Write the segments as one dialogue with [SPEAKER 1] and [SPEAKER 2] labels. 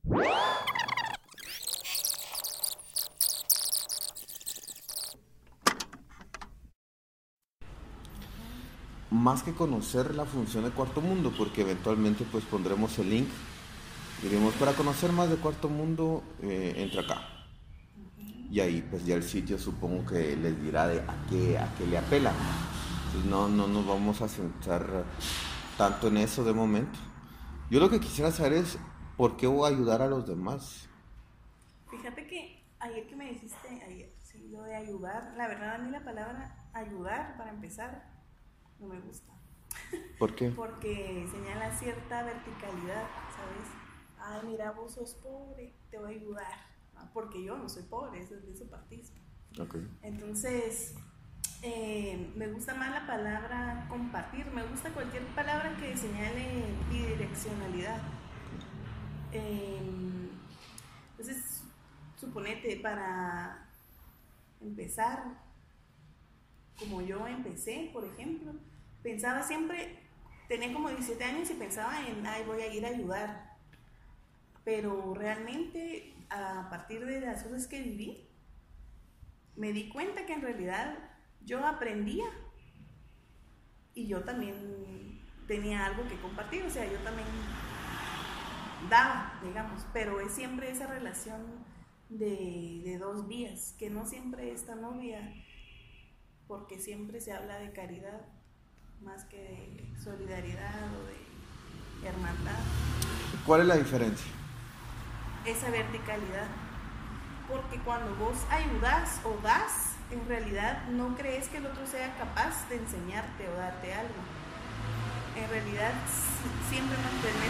[SPEAKER 1] Más que conocer la función de Cuarto Mundo, porque eventualmente pues pondremos el link, diremos, para conocer más de Cuarto Mundo, entra acá. Y ahí pues ya el sitio supongo que les dirá de a qué le apela. Entonces no nos vamos a centrar tanto en eso de momento. Yo lo que quisiera saber es por qué voy a ayudar a los demás.
[SPEAKER 2] Fíjate que ayer que me dijiste, ayer, sí, lo de ayudar, la verdad a mí la palabra ayudar, para empezar, no me gusta.
[SPEAKER 1] ¿Por qué?
[SPEAKER 2] Porque señala cierta verticalidad, ¿sabes? Ay, mira, vos sos pobre, te voy a ayudar. ¿No? Porque yo no soy pobre, eso partís.
[SPEAKER 1] Okay.
[SPEAKER 2] Entonces, me gusta más la palabra compartir, me gusta cualquier palabra que señale bidireccionalidad. Entonces, suponete, para empezar, como yo empecé, por ejemplo, pensaba siempre, tenía como 17 años y pensaba en, ay, voy a ir a ayudar. Pero realmente, a partir de las cosas que viví, me di cuenta que en realidad yo aprendía y yo también tenía algo que compartir, o sea, yo también daba, digamos, pero es siempre esa relación de dos vías, que no siempre es tan obvia, porque siempre se habla de caridad más que de solidaridad o de hermandad.
[SPEAKER 1] ¿Cuál es la diferencia?
[SPEAKER 2] Esa verticalidad, porque cuando vos ayudas o das, en realidad no crees que el otro sea capaz de enseñarte o darte algo. En realidad siempre mantenés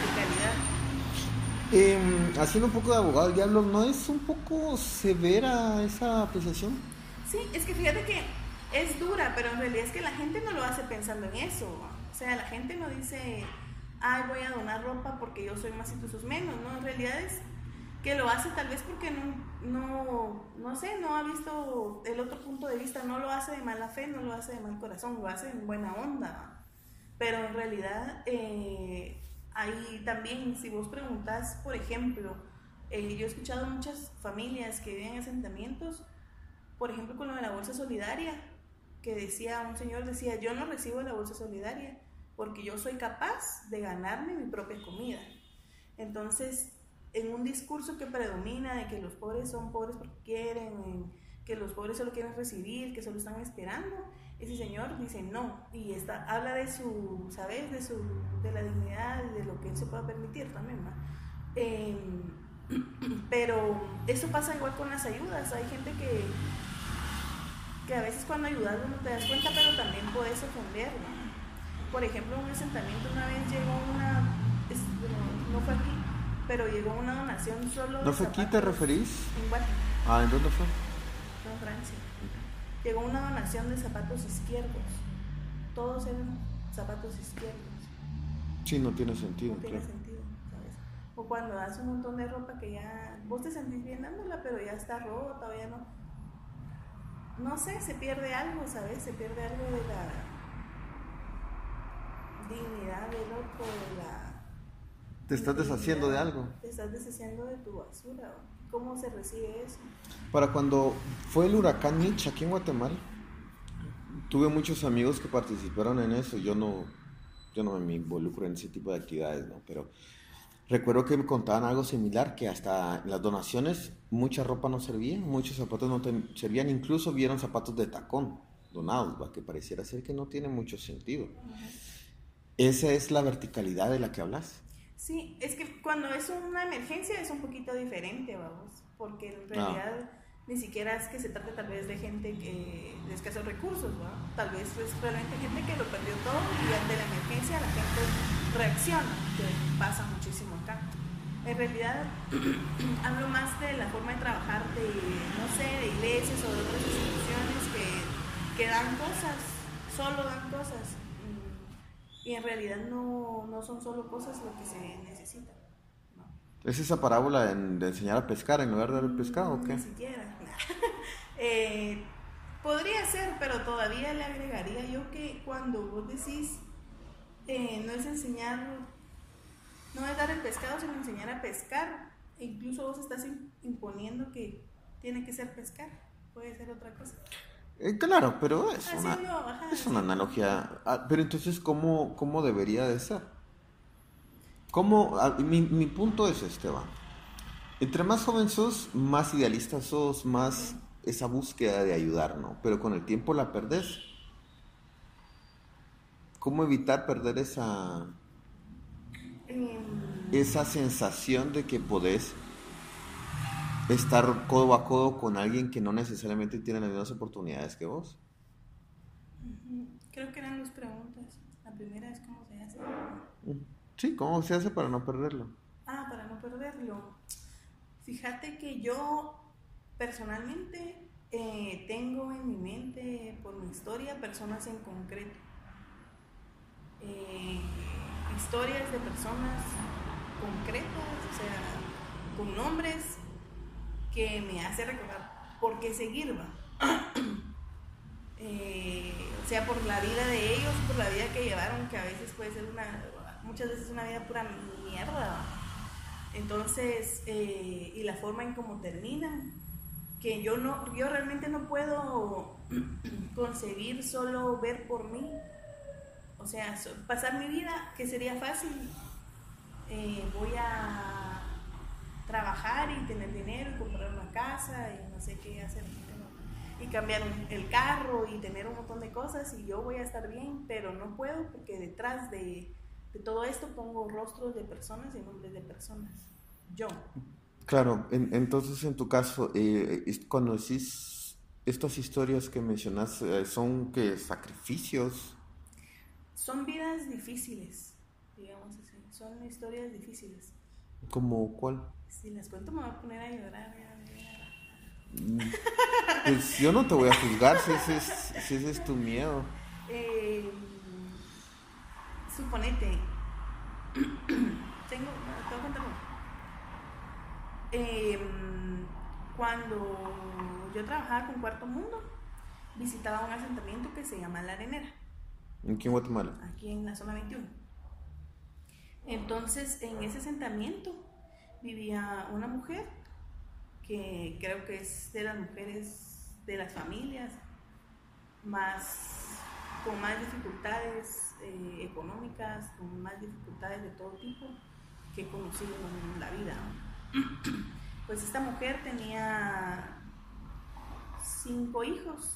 [SPEAKER 2] esa verticalidad.
[SPEAKER 1] Haciendo un poco de abogado del diablo, ¿no es un poco severa esa apreciación?
[SPEAKER 2] Sí, es que fíjate que es dura, pero en realidad es que la gente no lo hace pensando en eso. O sea, la gente no dice, ay, voy a donar ropa porque yo soy más y tú sos menos, ¿no? En realidad es que lo hace tal vez porque no sé, no ha visto el otro punto de vista, no lo hace de mala fe, no lo hace de mal corazón, lo hace en buena onda. Pero en realidad, ahí también, si vos preguntás, por ejemplo, yo he escuchado muchas familias que viven en asentamientos, por ejemplo, con lo de la bolsa solidaria, que decía, un señor decía, yo no recibo la bolsa solidaria porque yo soy capaz de ganarme mi propia comida. Entonces, en un discurso que predomina de que los pobres son pobres porque quieren, que los pobres solo quieren recibir, que solo están esperando, ese señor dice no, y habla de su, ¿sabes? De la dignidad y de lo que él se pueda permitir también, ¿no? Pero eso pasa igual con las ayudas. Hay gente que a veces cuando ayudas no te das cuenta, pero también puedes ofender, ¿no? Por ejemplo, en un asentamiento una vez llegó no fue aquí, pero llegó una donación solo.
[SPEAKER 1] ¿No fue aquí, te referís?
[SPEAKER 2] En Guatemala.
[SPEAKER 1] ¿En dónde fue?
[SPEAKER 2] En Francia. Llegó una donación de zapatos izquierdos. Todos eran zapatos izquierdos.
[SPEAKER 1] Sí, no tiene sentido.
[SPEAKER 2] No tiene sentido, ¿sabes? O cuando das un montón de ropa que ya vos te sentís bien dándola, pero ya está rota o ya no sé, se pierde algo, ¿sabes? Se pierde algo de la dignidad del otro, de la...
[SPEAKER 1] Te estás deshaciendo de algo.
[SPEAKER 2] Te estás deshaciendo de tu basura. ¿Cómo se recibe eso?
[SPEAKER 1] Para cuando fue el huracán Mitch aquí en Guatemala, tuve muchos amigos que participaron en eso. Yo no me involucro en ese tipo de actividades, ¿no? Pero recuerdo que me contaban algo similar, que hasta en las donaciones mucha ropa no servía, muchos zapatos no servían, incluso vieron zapatos de tacón donados, ¿va? Que pareciera ser que no tiene mucho sentido. ¿Esa es la verticalidad de la que hablas?
[SPEAKER 2] Sí, es que cuando es una emergencia es un poquito diferente, vamos, porque en realidad ni siquiera es que se trate tal vez de gente de escasos recursos, ¿no? Tal vez es realmente gente que lo perdió todo y ante la emergencia la gente reacciona, que pasa muchísimo acá. En realidad hablo más de la forma de trabajar de iglesias o de otras instituciones que dan cosas, solo dan cosas. Y en realidad no son solo cosas lo que se necesita, ¿no?
[SPEAKER 1] ¿Es esa parábola de enseñar a pescar en lugar de dar pescado o qué?
[SPEAKER 2] Ni siquiera. Podría ser, pero todavía le agregaría yo que cuando vos decís no es enseñar No es dar el pescado, sino enseñar a pescar. E incluso vos estás imponiendo que tiene que ser pescar. Puede ser otra cosa.
[SPEAKER 1] Claro, pero
[SPEAKER 2] Así yo, ajá,
[SPEAKER 1] es
[SPEAKER 2] sí.
[SPEAKER 1] una analogía. Pero entonces, ¿cómo debería de ser? ¿Cómo? Mi punto es este, va. Entre más joven sos, más idealista sos, más
[SPEAKER 2] Uh-huh.
[SPEAKER 1] esa búsqueda de ayudar, ¿no? Pero con el tiempo la perdés. ¿Cómo evitar perder esa sensación de que podés estar codo a codo con alguien que no necesariamente tiene las mismas oportunidades que vos?
[SPEAKER 2] Creo que eran dos preguntas. La primera es cómo se hace.
[SPEAKER 1] Sí, ¿cómo se hace para no perderlo?
[SPEAKER 2] Para no perderlo. Fíjate que yo personalmente tengo en mi mente, por mi historia, personas en concreto. Historias de personas concretas, o sea, con nombres que me hace recordar por qué seguir, va. O sea, por la vida de ellos, por la vida que llevaron, que a veces puede ser muchas veces una vida pura mierda, ¿va? Entonces, y la forma en cómo terminan, que yo realmente no puedo concebir solo ver por mí, o sea, pasar mi vida, que sería fácil, voy a trabajar y tener dinero y comprar una casa y no sé qué hacer, y cambiar el carro y tener un montón de cosas y yo voy a estar bien, pero no puedo porque detrás de todo esto pongo rostros de personas y nombres de personas. Yo.
[SPEAKER 1] Claro, entonces en tu caso, cuando decís estas historias que mencionas, ¿son que sacrificios?
[SPEAKER 2] Son vidas difíciles, digamos así. Son historias difíciles.
[SPEAKER 1] ¿Como cuál?
[SPEAKER 2] Si las cuento me voy a poner a llorar.
[SPEAKER 1] Pues yo no te voy a juzgar si ese es tu miedo.
[SPEAKER 2] Suponete, te voy a contar uno. Cuando yo trabajaba con Cuarto Mundo, visitaba un asentamiento que se llama La Arenera.
[SPEAKER 1] ¿Aquí en Guatemala?
[SPEAKER 2] Aquí en la zona 21. Entonces, en ese asentamiento vivía una mujer que creo que es de las mujeres de las familias con más dificultades económicas, con más dificultades de todo tipo que he conocido en la vida. Pues esta mujer tenía 5 hijos.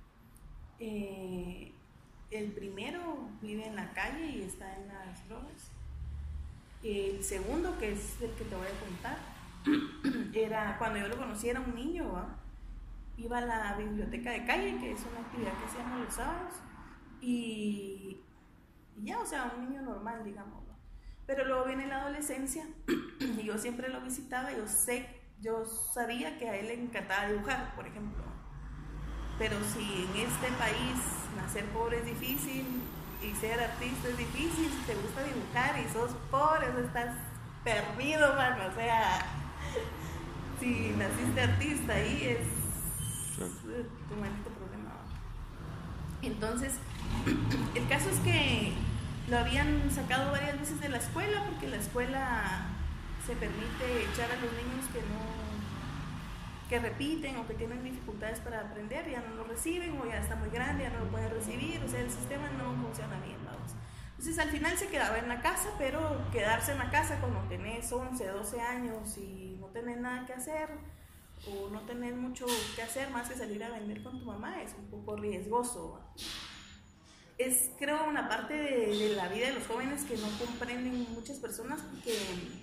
[SPEAKER 2] El primero vive en la calle y está en las drogas. El segundo, que es el que te voy a contar, cuando yo lo conocí era un niño, ¿va? Iba a la biblioteca de calle, que es una actividad que hacíamos los sábados, y ya, o sea, un niño normal, digamos, ¿va? Pero luego viene la adolescencia y yo siempre lo visitaba. Yo sabía que a él le encantaba dibujar, por ejemplo, pero si en este país nacer pobre es difícil y ser artista es difícil, si te gusta dibujar y sos pobre, estás perdido, mano. O sea, si naciste artista ahí es tu maldito problema. Entonces, el caso es que lo habían sacado varias veces de la escuela porque la escuela se permite echar a los niños que repiten o que tienen dificultades para aprender, ya no lo reciben, o ya está muy grande, ya no lo pueden recibir, o sea, el sistema no funciona bien, vamos. Entonces al final se quedaba en la casa, pero quedarse en la casa cuando tenés 11, 12 años y no tenés nada que hacer, o no tenés mucho que hacer más que salir a vender con tu mamá, es un poco riesgoso. Es, creo, una parte de la vida de los jóvenes que no comprenden muchas personas, porque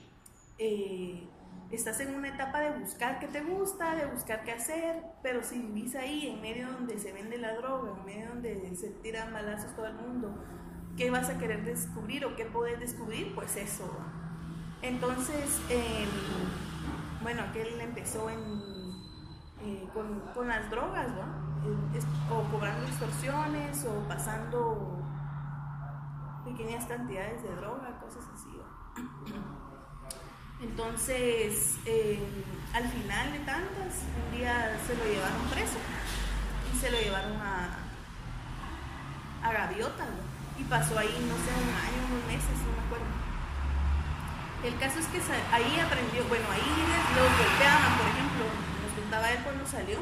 [SPEAKER 2] estás en una etapa de buscar qué te gusta, de buscar qué hacer, pero si vivís ahí en medio donde se vende la droga, en medio donde se tiran balazos todo el mundo, ¿qué vas a querer descubrir o qué podés descubrir? Pues eso. Entonces, bueno, aquel empezó con las drogas, ¿no? O cobrando extorsiones o pasando pequeñas cantidades de droga, cosas así, ¿no? Entonces, al final de tantas, un día se lo llevaron preso y se lo llevaron a Gaviota, ¿no? Y pasó ahí, no sé, un año, unos meses, no me acuerdo. El caso es que ahí aprendió, bueno, ahí los golpeaban, por ejemplo, nos contaba él cuando salió.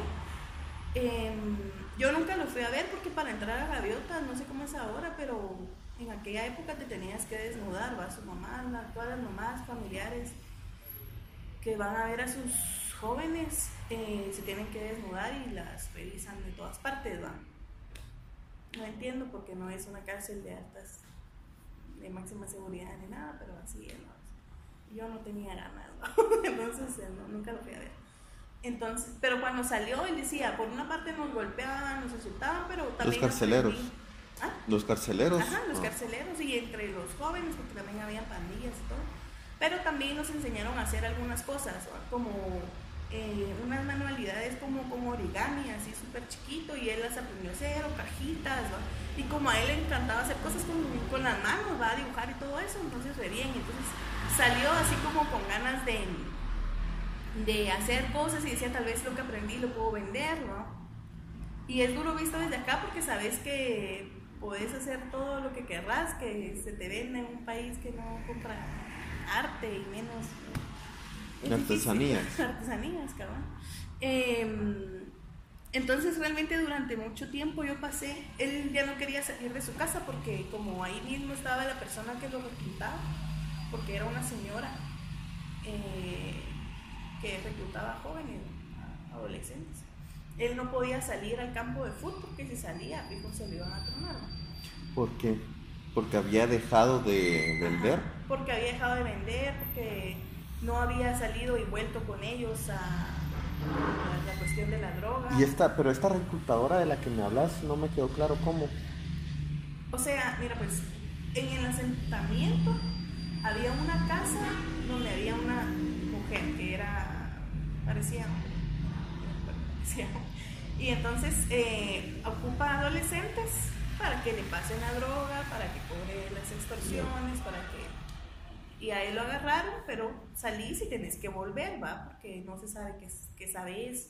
[SPEAKER 2] Yo nunca lo fui a ver porque para entrar a Gaviotas, no sé cómo es ahora, pero en aquella época te tenías que desnudar, va, su mamá, todas las mamás, familiares que van a ver a sus jóvenes se tienen que desnudar y las revisan de todas partes, va. No entiendo porque no es una cárcel de máxima seguridad ni nada, pero así es, ¿no? Yo no tenía ganas, ¿no? Entonces nunca lo fui a ver. Entonces, pero cuando salió él decía, por una parte nos golpeaban, nos insultaban, pero también
[SPEAKER 1] los carceleros.
[SPEAKER 2] ¿Ah?
[SPEAKER 1] Los carceleros.
[SPEAKER 2] Ajá, los carceleros y entre los jóvenes, porque también habían pandillas y todo. Pero también nos enseñaron a hacer algunas cosas, ¿no? Como unas manualidades como origami, así súper chiquito, y él las aprendió a hacer, o cajitas, ¿no? Y como a él le encantaba hacer cosas con las manos, va a dibujar y todo eso, entonces re bien. Entonces salió así como con ganas de hacer cosas y decía, tal vez lo que aprendí lo puedo vender, ¿no? Y es duro visto desde acá porque sabes que puedes hacer todo lo que querrás, que se te vende en un país que no compra arte y menos
[SPEAKER 1] artesanías.
[SPEAKER 2] Artesanías, cabrón. Entonces realmente durante mucho tiempo él ya no quería salir de su casa porque como ahí mismo estaba la persona que lo reclutaba, porque era una señora que reclutaba jóvenes, adolescentes. Él no podía salir al campo de fútbol porque si salía, fijo, se lo iban a tronar.
[SPEAKER 1] ¿Por qué? ¿Porque había dejado de vender?
[SPEAKER 2] Ajá, porque había dejado de vender, porque no había salido y vuelto con ellos a la cuestión de la droga.
[SPEAKER 1] Pero esta reclutadora de la que me hablas no me quedó claro cómo.
[SPEAKER 2] O sea, mira, pues en el asentamiento había una casa donde había una mujer que parecía, y entonces ocupa adolescentes para que le pasen la droga, para que cobre las extorsiones, y a él lo agarraron, pero salís y tenés que volver, va, porque no se sabe qué sabes,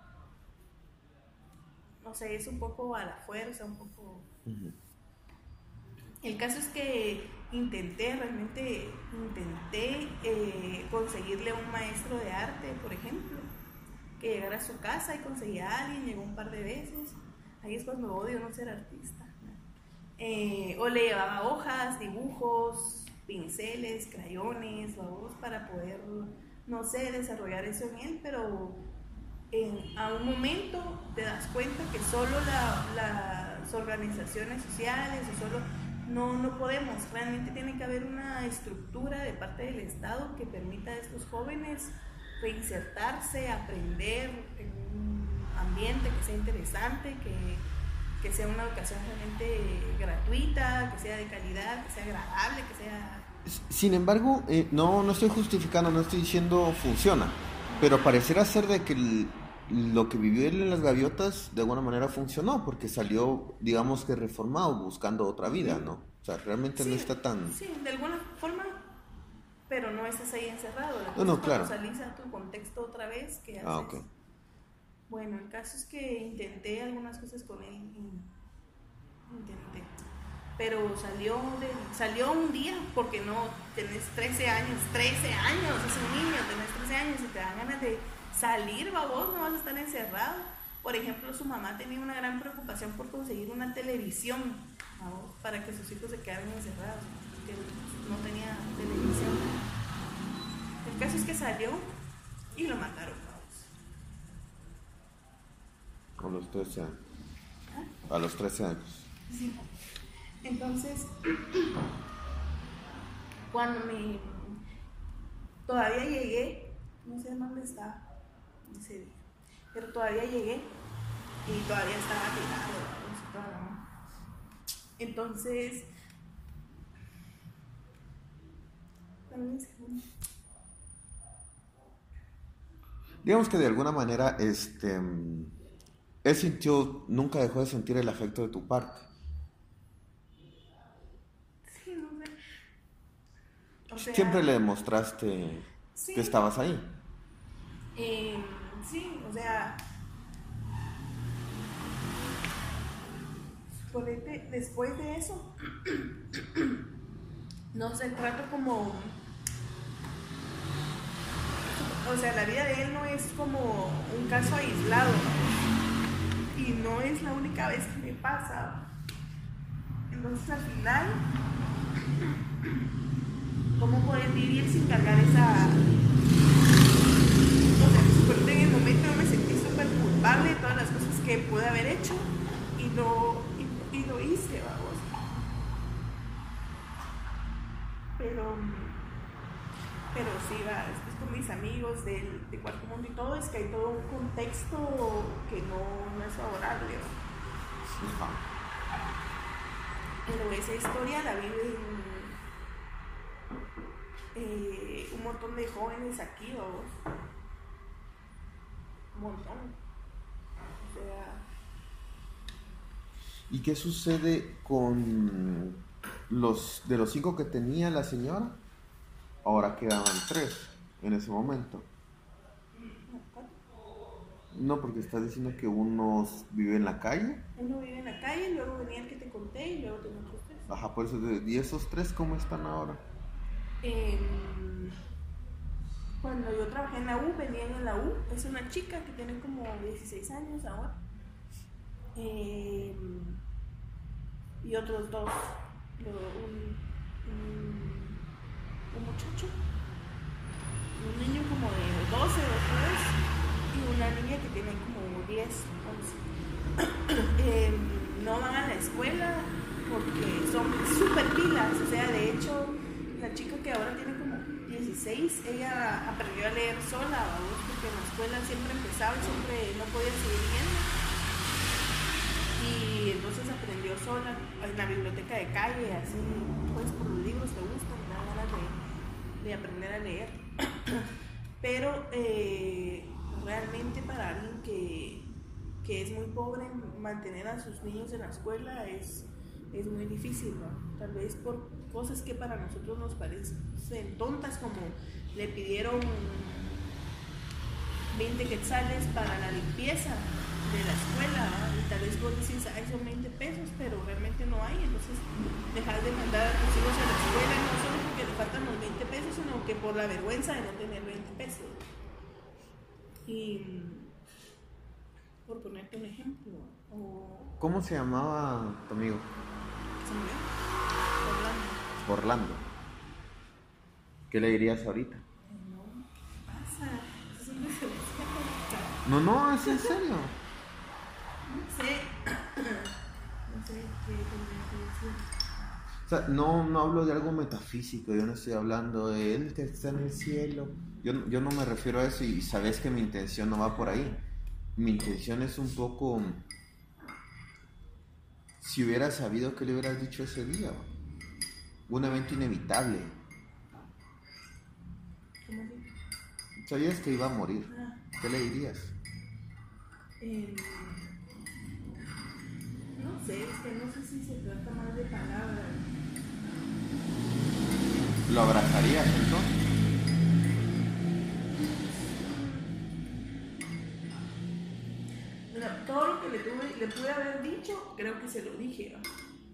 [SPEAKER 2] no sé, es un poco a la fuerza, un poco.
[SPEAKER 1] Uh-huh.
[SPEAKER 2] El caso es que realmente intenté conseguirle a un maestro de arte, por ejemplo, que llegara a su casa y conseguía a alguien, llegó un par de veces. Ahí es cuando odio no ser artista, ¿no? O le llevaba hojas, dibujos, pinceles, crayones, para poder, no sé, desarrollar eso en él, pero a un momento te das cuenta que solo las organizaciones sociales o solo no podemos, realmente tiene que haber una estructura de parte del Estado que permita a estos jóvenes reinsertarse, aprender en un ambiente que sea interesante, que sea una educación realmente gratuita, que sea de calidad, que sea agradable, que sea...
[SPEAKER 1] Sin embargo, no estoy justificando, no estoy diciendo funciona, pero pareciera ser de que lo que vivió él en las gaviotas de alguna manera funcionó, porque salió, digamos que reformado, buscando otra vida, ¿no? O sea, realmente sí, no está tan...
[SPEAKER 2] Sí, de alguna forma, pero no estás ahí encerrado.
[SPEAKER 1] No, claro.
[SPEAKER 2] Cuando salís a tu contexto otra vez, ¿qué haces?
[SPEAKER 1] Ok.
[SPEAKER 2] Bueno, el caso es que intenté algunas cosas con él, pero salió un día, porque no, tenés 13 años, es un niño, tenés 13 años y te dan ganas de salir, babos, no vas a estar encerrado. Por ejemplo, su mamá tenía una gran preocupación por conseguir una televisión, babos, para que sus hijos se quedaran encerrados, porque no tenía televisión. El caso es que salió y lo mataron, babos.
[SPEAKER 1] A los 13 años. ¿Ah? A los 13 años.
[SPEAKER 2] Sí. Entonces, cuando todavía llegué, no sé dónde estaba ese día, pero todavía llegué y todavía estaba tirado. Entonces,
[SPEAKER 1] digamos que de alguna manera, él nunca dejó de sentir el afecto de tu parte. O sea, siempre le demostraste que estabas ahí.
[SPEAKER 2] Sí, o sea, después de eso, no sé, trato como o sea, la vida de él no es como un caso aislado, ¿no? Y no es la única vez que me pasa. Entonces al final, ¿cómo poder vivir sin cargar esa... O sea, en el momento yo me sentí súper culpable de todas las cosas que pude haber hecho y lo hice, vamos. Pero sí, va, después con mis amigos de Cuarto Mundo y todo, es que hay todo un contexto que no es favorable, ¿no? Pero esa historia la viven un montón de jóvenes aquí, vamos. Un montón. O sea...
[SPEAKER 1] ¿Y qué sucede con los 5 que tenía la señora? Ahora quedaban 3 en ese momento. No, porque estás diciendo que uno vive en la calle.
[SPEAKER 2] Uno vive en la calle, luego venía el que te conté y luego tengo otros 3.
[SPEAKER 1] Ajá, por eso. ¿Y esos 3 cómo están ahora?
[SPEAKER 2] Cuando yo trabajé en la U, venían en la U. Es una chica que tiene como 16 años ahora. Y otros 2. Un muchacho, un niño como de 12 o 13 y una niña que tiene como 10, 11. No van a la escuela porque son súper pilas. O sea, de hecho, la chica que ahora tiene como 16, ella aprendió a leer sola, ¿vamos? Porque en la escuela siempre empezaba y siempre no podía seguir viendo. Y entonces aprendió sola en la biblioteca de calle, así, pues por los libros te gustan, me da ganas de aprender a leer. Pero realmente para alguien que es muy pobre, mantener a sus niños en la escuela es muy difícil, ¿no? Tal vez por cosas que para nosotros nos parecen tontas, como le pidieron 20 quetzales para la limpieza de la escuela, ¿no? Y tal vez vos decís, ay, son 20 pesos, pero realmente no hay. Entonces dejar de mandar a tus hijos a la escuela no solo porque le faltan los 20 pesos, sino que por la vergüenza de no tener 20 pesos. Y por ponerte un ejemplo,
[SPEAKER 1] ¿Cómo se llamaba tu amigo?
[SPEAKER 2] ¿se me ve?
[SPEAKER 1] Orlando. ¿Qué le dirías ahorita?
[SPEAKER 2] No, ¿qué pasa? Eso no se les escapa.
[SPEAKER 1] No, es en serio.
[SPEAKER 2] No sé qué tendría que decir.
[SPEAKER 1] O sea, no hablo de algo metafísico, yo no estoy hablando de él que está en el cielo. Yo no me refiero a eso y sabes que mi intención no va por ahí. Mi intención es un poco... Si hubieras sabido qué le hubieras dicho ese día, un evento inevitable.
[SPEAKER 2] ¿Cómo así?
[SPEAKER 1] Sabías que iba a morir. ¿Qué le dirías?
[SPEAKER 2] No sé, es que no sé si se trata más de palabras.
[SPEAKER 1] ¿Lo abrazarías entonces?
[SPEAKER 2] Mira, todo lo que le pude haber dicho, creo que se lo dije, ¿no?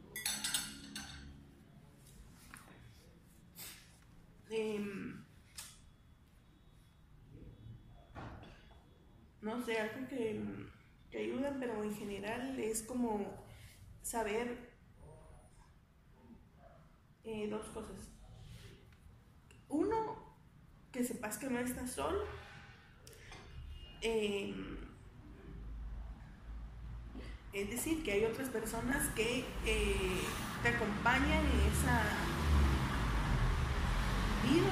[SPEAKER 2] No sé, algo que ayuda, pero en general es como saber 2 cosas. Uno, que sepas que no estás solo. Es decir, que hay otras personas que te acompañan en esa vida.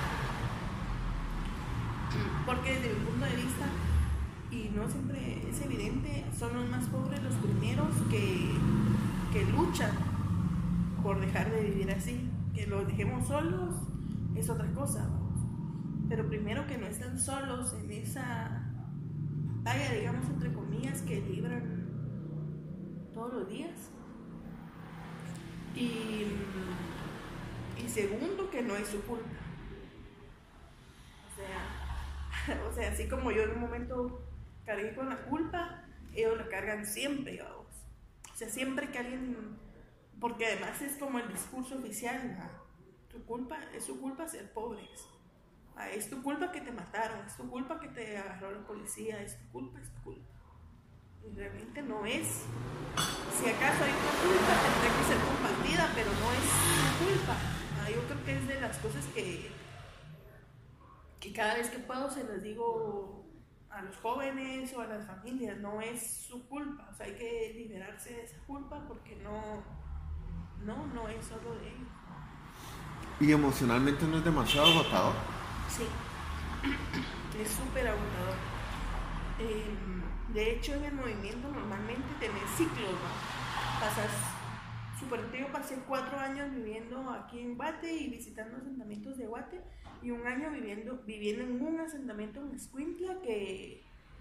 [SPEAKER 2] Porque desde mi punto de vista, y no siempre es evidente, son los más pobres los primeros que luchan por dejar de vivir así. Que los dejemos solos es otra cosa, pero primero que no están solos en esa batalla, digamos, entre comillas, que libran todos los días. Y segundo, que no es su culpa. O sea, así como yo en un momento cargué con la culpa, ellos la cargan siempre, vamos. O sea, siempre que alguien, porque además es como el discurso oficial, ¿no? Es su culpa ser pobres. Es tu culpa que te mataron, es tu culpa que te agarró la policía, es tu culpa, es tu culpa. Y realmente no es. Si acaso hay una culpa, tendrá que ser compartida, pero no es su culpa. Yo creo que es de las cosas que cada vez que puedo se las digo a los jóvenes o a las familias, no es su culpa. O sea, hay que liberarse de esa culpa porque no es solo de ellos.
[SPEAKER 1] ¿Y emocionalmente no es demasiado agotador?
[SPEAKER 2] Sí, es súper agotador. De hecho, en el movimiento normalmente tenés ciclos, ¿no? Pasas súper. Yo pasé 4 años viviendo aquí en Guate y visitando asentamientos de Guate, y un año viviendo en un asentamiento en Escuintla que,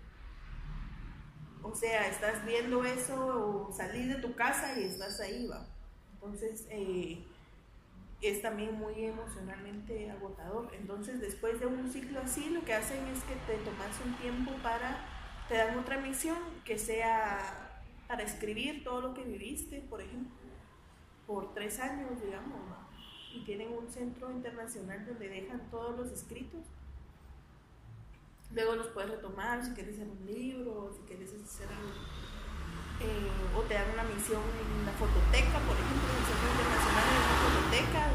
[SPEAKER 2] o sea, estás viendo eso, o salir de tu casa y estás ahí, ¿va? Entonces, es también muy emocionalmente agotador. Entonces, después de un ciclo así, lo que hacen es que te tomas un tiempo te dan otra misión que sea para escribir todo lo que viviste, por ejemplo, por 3 años, digamos, ¿no? Y tienen un centro internacional donde dejan todos los escritos. Luego los puedes retomar si quieres hacer un libro, si quieres hacer algo. O te dan una misión en la fototeca, por ejemplo, en el Centro Internacional de una fototeca,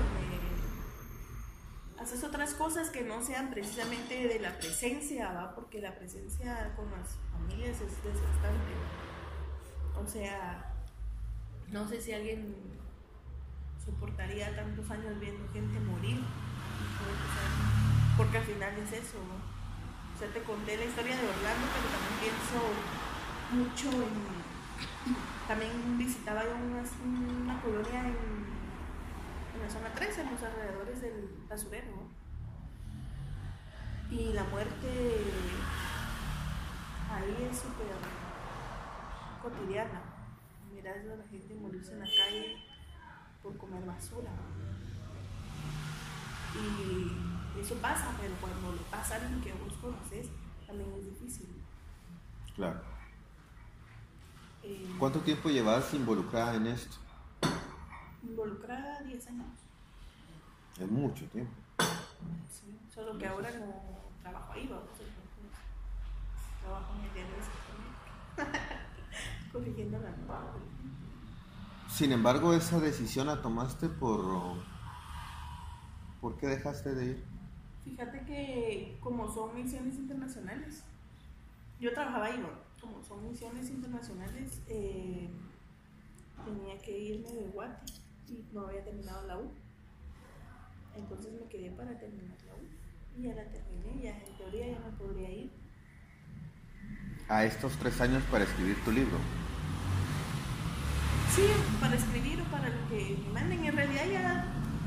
[SPEAKER 2] donde haces otras cosas que no sean precisamente de la presencia, ¿va? Porque la presencia con las familias es desgastante. O sea, no sé si alguien soportaría tantos años viendo gente morir, porque al final es eso, ¿no? O sea, te conté la historia de Orlando, pero también pienso mucho en... También visitaba yo una colonia en la zona 13, en los alrededores del basurero, ¿no? Y la muerte ahí es súper cotidiana. Miras a la gente morirse en la calle por comer basura, ¿no? Y eso pasa, pero cuando le pasa a alguien que vos conoces, también es difícil.
[SPEAKER 1] Claro. ¿Cuánto tiempo llevas involucrada en esto?
[SPEAKER 2] Involucrada 10 años.
[SPEAKER 1] Es mucho tiempo.
[SPEAKER 2] Sí, solo que ahora no trabajo ahí, vamos. Trabajo en el diario de Centroamérica. Corrigiendo la nueva.
[SPEAKER 1] Sin embargo, esa decisión la tomaste ¿por qué dejaste de ir?
[SPEAKER 2] Fíjate que como son misiones internacionales, yo trabajaba ahí, ¿no? Como son misiones internacionales, tenía que irme de Guate y no había terminado la U. Entonces me quedé para terminar la U y ya la terminé, ya en teoría ya me podría ir.
[SPEAKER 1] A estos 3 años para escribir tu libro.
[SPEAKER 2] Sí, para escribir o para lo que me manden. En realidad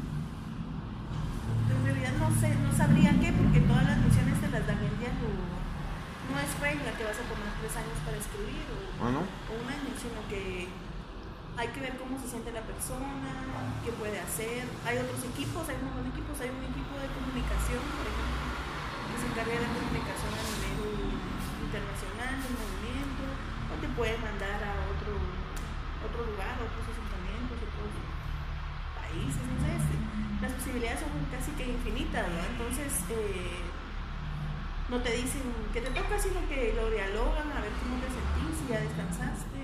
[SPEAKER 2] no sabría qué, porque todas las misiones te las dan el día. No es regla que vas a tomar 3 años para escribir o un año, sino que hay que ver cómo se siente la persona, qué puede hacer. Hay otros equipos, hay un montón de equipos, hay un equipo de comunicación, por ejemplo, que se encarga de la comunicación a nivel internacional del movimiento, o te pueden mandar a otro lugar, a otros asentamientos, otros países, no sé. Las posibilidades son casi que infinitas, ¿no? Entonces, no te dicen que te toca, sino que lo dialogan a ver cómo te sentís, si ya descansaste,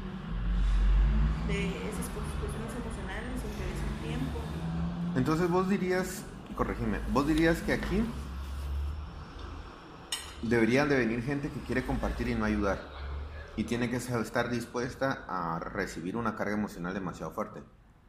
[SPEAKER 2] de esas cuestiones emocionales, o te des un tiempo.
[SPEAKER 1] Entonces vos dirías que aquí deberían de venir gente que quiere compartir y no ayudar, y tiene que estar dispuesta a recibir una carga emocional demasiado fuerte.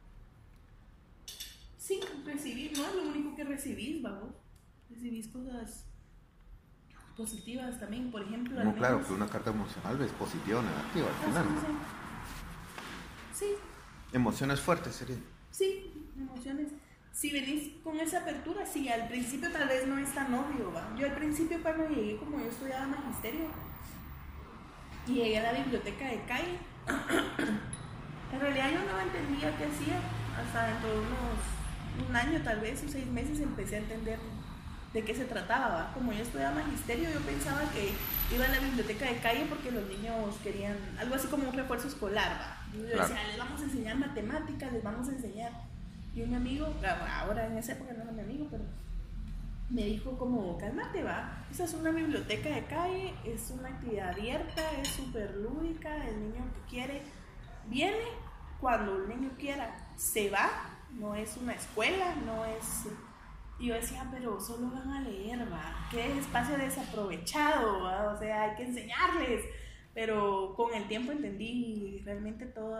[SPEAKER 2] Sí, recibir no es lo único que recibís, vamos. Recibís cosas positivas también, por ejemplo.
[SPEAKER 1] No, claro, que una carga emocional es positiva o negativa al final.
[SPEAKER 2] Sí.
[SPEAKER 1] Emociones fuertes serían.
[SPEAKER 2] Sí, emociones. Si venís con esa apertura, sí, al principio tal vez no es tan obvio, ¿va? Yo al principio cuando llegué, como yo estudiaba magisterio, y llegué a la biblioteca de calle, en realidad yo no entendía qué hacía. Hasta dentro de un año tal vez, o 6 meses, empecé a entender de qué se trataba, ¿va? Como yo estudiaba magisterio, yo pensaba que iba a la biblioteca de calle porque los niños querían algo así como un refuerzo escolar, ¿va? Yo decía, les vamos a enseñar matemáticas, les vamos a enseñar. Y un amigo, ahora en esa época no era mi amigo, pero me dijo como, cálmate, va, esa es una biblioteca de calle, es una actividad abierta, es súper lúdica, el niño que quiere viene cuando el niño quiera, se va, no es una escuela, no es... Y yo decía, pero solo van a leer, va, qué espacio desaprovechado, ¿va? O sea, hay que enseñarles, pero con el tiempo entendí realmente todo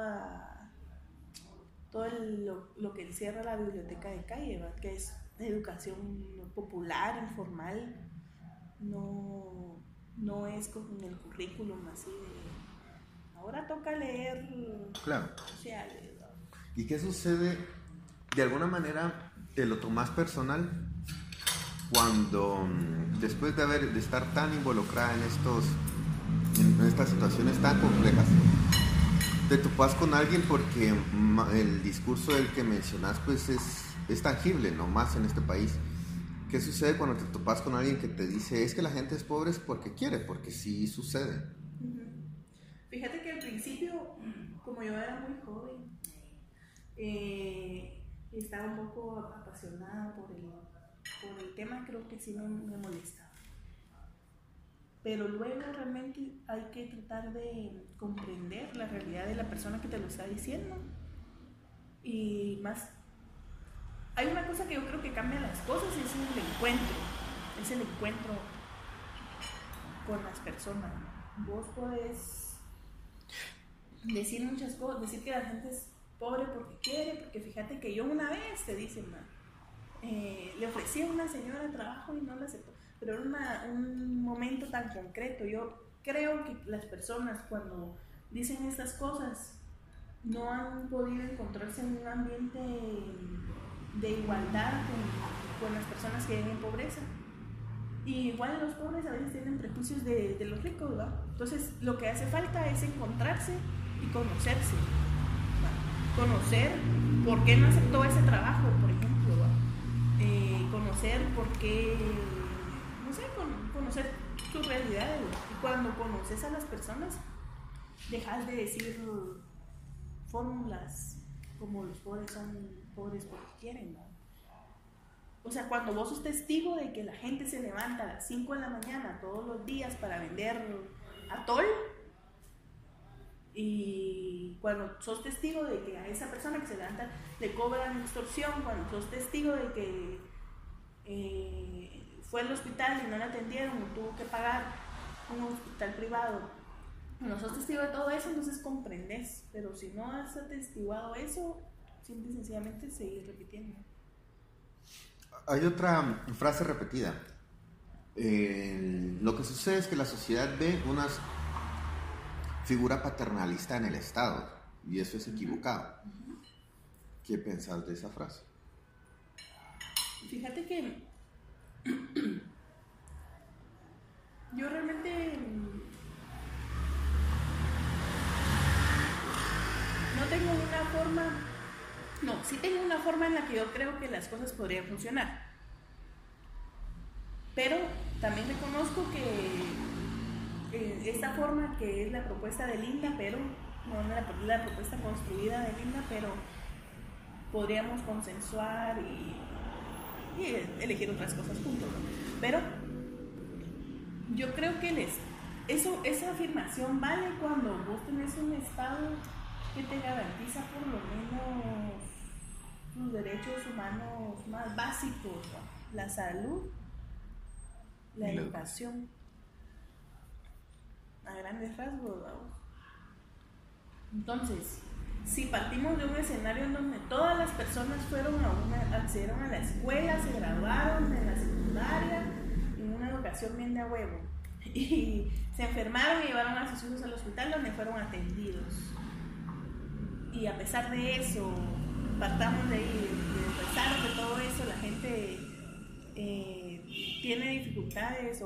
[SPEAKER 2] lo que encierra la biblioteca de calle, ¿va? Que es educación popular, informal, no es con el currículum así de ahora toca leer
[SPEAKER 1] Claro.
[SPEAKER 2] sociales, ¿no?
[SPEAKER 1] ¿Y qué sucede? De alguna manera te lo tomas personal cuando después de estar tan involucrada en estas situaciones tan complejas, te topas con alguien porque el discurso del que mencionas pues es tangible, no más en este país. ¿Qué sucede cuando te topas con alguien que te dice es que la gente es pobre es porque quiere? Porque sí sucede.
[SPEAKER 2] Fíjate que al principio, como yo era muy joven, estaba un poco apasionada por el tema, creo que sí me molestaba. Pero luego realmente hay que tratar de comprender la realidad de la persona que te lo está diciendo. Y más, hay una cosa que yo creo que cambia las cosas y es el encuentro con las personas. Vos podés decir muchas cosas, decir que la gente es pobre porque quiere, porque fíjate que yo una vez, te dicen, le ofrecí a una señora trabajo y no la aceptó, pero era un momento tan concreto. Yo creo que las personas cuando dicen estas cosas no han podido encontrarse en un ambiente de igualdad con las personas que viven en pobreza. Y igual los pobres a veces tienen prejuicios de los ricos, ¿verdad? Entonces lo que hace falta es encontrarse y conocerse, ¿verdad? Conocer por qué no aceptó ese trabajo, por ejemplo, ¿verdad? Conocer por qué, no sé, conocer sus realidades. Y cuando conoces a las personas, dejas de decir fórmulas como los pobres son pobres porque quieren, ¿no? O sea, cuando vos sos testigo de que la gente se levanta a las 5 de la mañana todos los días para vender atol, y cuando sos testigo de que a esa persona que se levanta le cobran extorsión, cuando sos testigo de que fue al hospital y no la atendieron y tuvo que pagar un hospital privado, cuando sos testigo de todo eso, entonces comprendes. Pero si no has atestiguado eso, simple y sencillamente seguir repitiendo.
[SPEAKER 1] Hay otra frase repetida. Lo que sucede es que la sociedad ve una figura paternalista en el Estado y eso es equivocado. ¿Qué pensás de esa frase?
[SPEAKER 2] Fíjate que yo realmente no tengo una forma. No, sí tengo una forma en la que yo creo que las cosas podrían funcionar. Pero también reconozco que esta forma que es la propuesta de Linda, pero no la propuesta construida de Linda, pero podríamos consensuar y elegir otras cosas juntos, ¿no? Pero yo creo que esa afirmación vale cuando vos tenés un Estado que te garantiza por lo menos tus derechos humanos más básicos, ¿no? La salud, la educación, a grandes rasgos, ¿no? Entonces, si partimos de un escenario en donde todas las personas accedieron a la escuela, se graduaron de la secundaria, en una educación bien de a huevo, y se enfermaron y llevaron a sus hijos al hospital donde fueron atendidos, y a pesar de eso, partamos de ahí, de pesar de todo eso, la gente tiene dificultades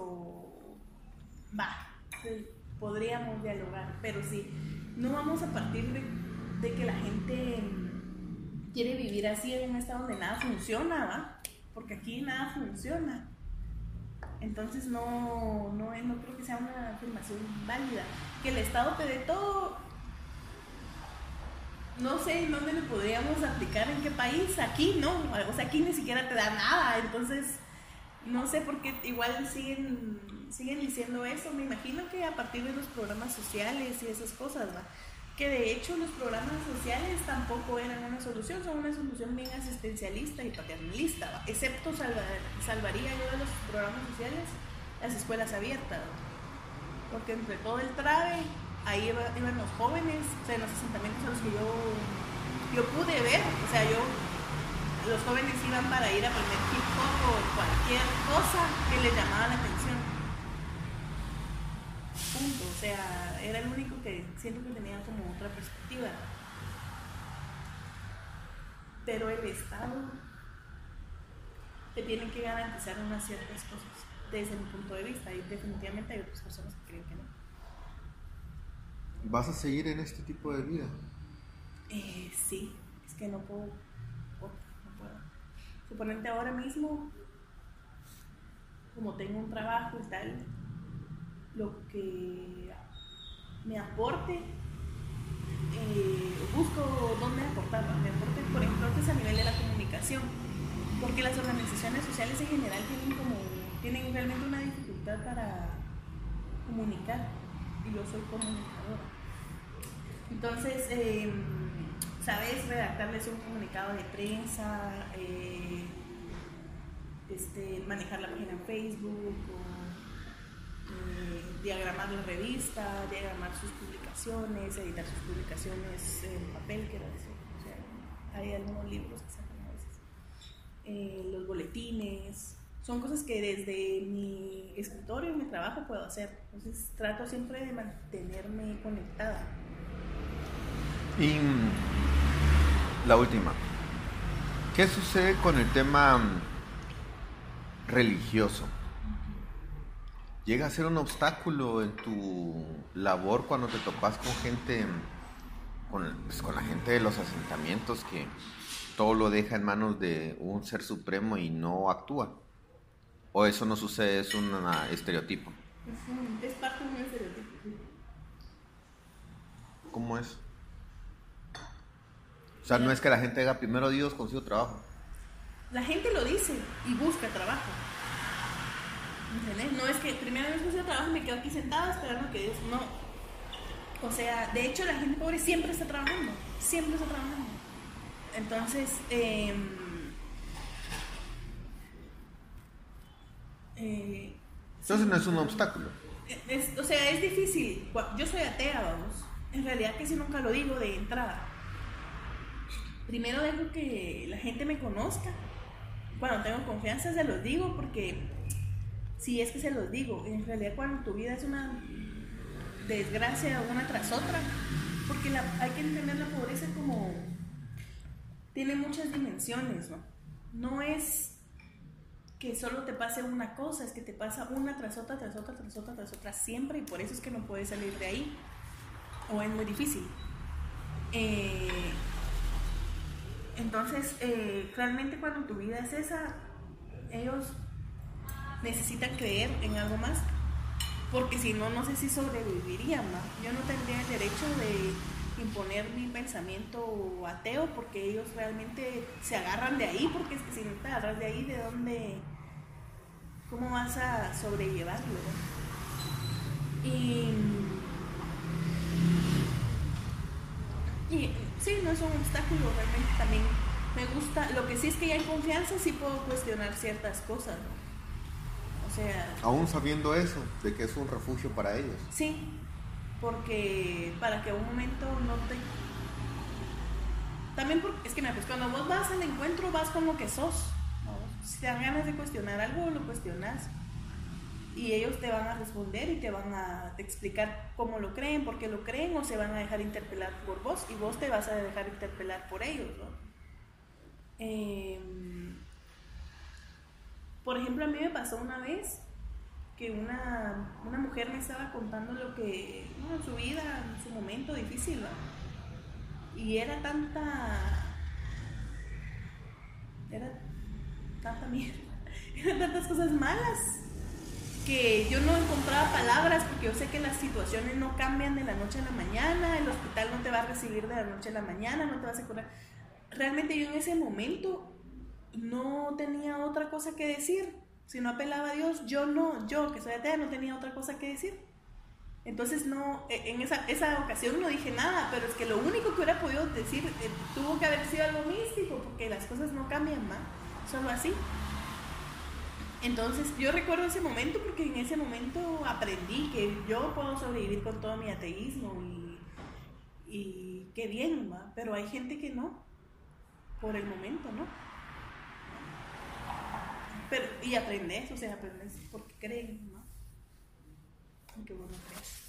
[SPEAKER 2] podríamos dialogar, pero si no vamos a partir de que la gente quiere vivir así en un estado donde nada funciona, ¿va? Porque aquí nada funciona. Entonces no creo que sea una afirmación válida. Que el Estado te dé todo, no sé en dónde le podríamos aplicar, en qué país. Aquí no, o sea, aquí ni siquiera te da nada. Entonces No sé por qué igual siguen diciendo eso. Me imagino que a partir de los programas sociales y esas cosas, ¿va? Que de hecho los programas sociales tampoco eran una solución, son una solución bien asistencialista y paternalista, ¿va? Excepto salvaría yo de los programas sociales las escuelas abiertas, ¿va? Porque entre todo el trave, ahí iban los jóvenes, o sea, en los asentamientos a los que yo pude ver, o sea, los jóvenes iban para ir a aprender hip hop o cualquier cosa que les llamaba la atención. Punto. O sea, era el único que siento que tenía como otra perspectiva. Pero el Estado te tiene que garantizar unas ciertas cosas, desde mi punto de vista, y definitivamente hay otras personas que creen que no.
[SPEAKER 1] ¿Vas a seguir en este tipo de vida?
[SPEAKER 2] Sí, es que no puedo. Suponente ahora mismo, como tengo un trabajo y tal, lo que me aporte, busco dónde aportar. Me aporte, por ejemplo, antes a nivel de la comunicación, porque las organizaciones sociales en general tienen realmente una dificultad para comunicar, y yo soy comunicadora. Entonces, sabes redactarles un comunicado de prensa, manejar la página en Facebook, o diagramar la revista, diagramar sus publicaciones, editar sus publicaciones en papel, quiero decir. O sea, hay algunos libros que sacan a veces. Los boletines, son cosas que desde mi escritorio y mi trabajo puedo hacer. Entonces trato siempre de mantenerme conectada.
[SPEAKER 1] Y la última, ¿qué sucede con el tema religioso? ¿Llega a ser un obstáculo en tu labor cuando te topas con gente, con la gente de los asentamientos que todo lo deja en manos de un ser supremo y no actúa? ¿O eso no sucede, es un estereotipo?
[SPEAKER 2] Es parte de un estereotipo.
[SPEAKER 1] ¿Cómo es? O sea, no es que la gente haga primero Dios consigo trabajo.
[SPEAKER 2] La gente lo dice y busca trabajo. ¿Entendés? No es que primero Dios consigo trabajo y me quedo aquí sentada esperando que Dios... No. O sea, de hecho la gente pobre siempre está trabajando. Siempre está trabajando. Entonces,
[SPEAKER 1] entonces no es un obstáculo.
[SPEAKER 2] O sea, es difícil. Yo soy atea, vamos. En realidad que si nunca lo digo de entrada. Primero dejo que la gente me conozca. Cuando tengo confianza se los digo, porque si es que se los digo, en realidad cuando tu vida es una desgracia una tras otra, porque hay que entender la pobreza como tiene muchas dimensiones, ¿no? No es que solo te pase una cosa, es que te pasa una tras otra, tras otra, tras otra, tras otra siempre, y por eso es que no puedes salir de ahí, o es muy difícil. Entonces, realmente cuando tu vida es esa, ellos necesitan creer en algo más, porque si no, no sé si sobrevivirían, ¿no? Yo no tendría el derecho de imponer mi pensamiento ateo, porque ellos realmente se agarran de ahí, porque es que si no te agarras de ahí, ¿de dónde? ¿Cómo vas a sobrellevarlo? Y sí, no es un obstáculo, realmente también me gusta. Lo que sí es que ya en confianza sí puedo cuestionar ciertas cosas, ¿no? O sea,
[SPEAKER 1] aún sabiendo eso, de que es un refugio para ellos.
[SPEAKER 2] Sí, porque para que un momento no te... También porque, es que mira, pues cuando vos vas al encuentro vas con lo que sos, ¿no? Si te dan ganas de cuestionar algo, lo cuestionas. Y ellos te van a responder y te van a explicar cómo lo creen, por qué lo creen, o se van a dejar interpelar por vos y vos te vas a dejar interpelar por ellos, ¿no? Por ejemplo, a mí me pasó una vez que una mujer me estaba contando lo que, en su vida, en su momento difícil, ¿no? Y era tanta mierda, eran tantas cosas malas que yo no encontraba palabras, porque yo sé que las situaciones no cambian de la noche a la mañana, el hospital no te va a recibir de la noche a la mañana, no te vas a curar. Realmente yo en ese momento no tenía otra cosa que decir, Si no apelaba a Dios, yo que soy atea, no tenía otra cosa que decir. Entonces no, en esa ocasión no dije nada, pero es que lo único que hubiera podido decir tuvo que haber sido algo místico, porque las cosas no cambian más, solo así. Entonces yo recuerdo ese momento porque en ese momento aprendí que yo puedo sobrevivir con todo mi ateísmo y qué bien, ¿va? Pero hay gente que no, por el momento, ¿no? Pero, y aprendes, o sea, aprendes porque creen, ¿no? Aunque vos no creas.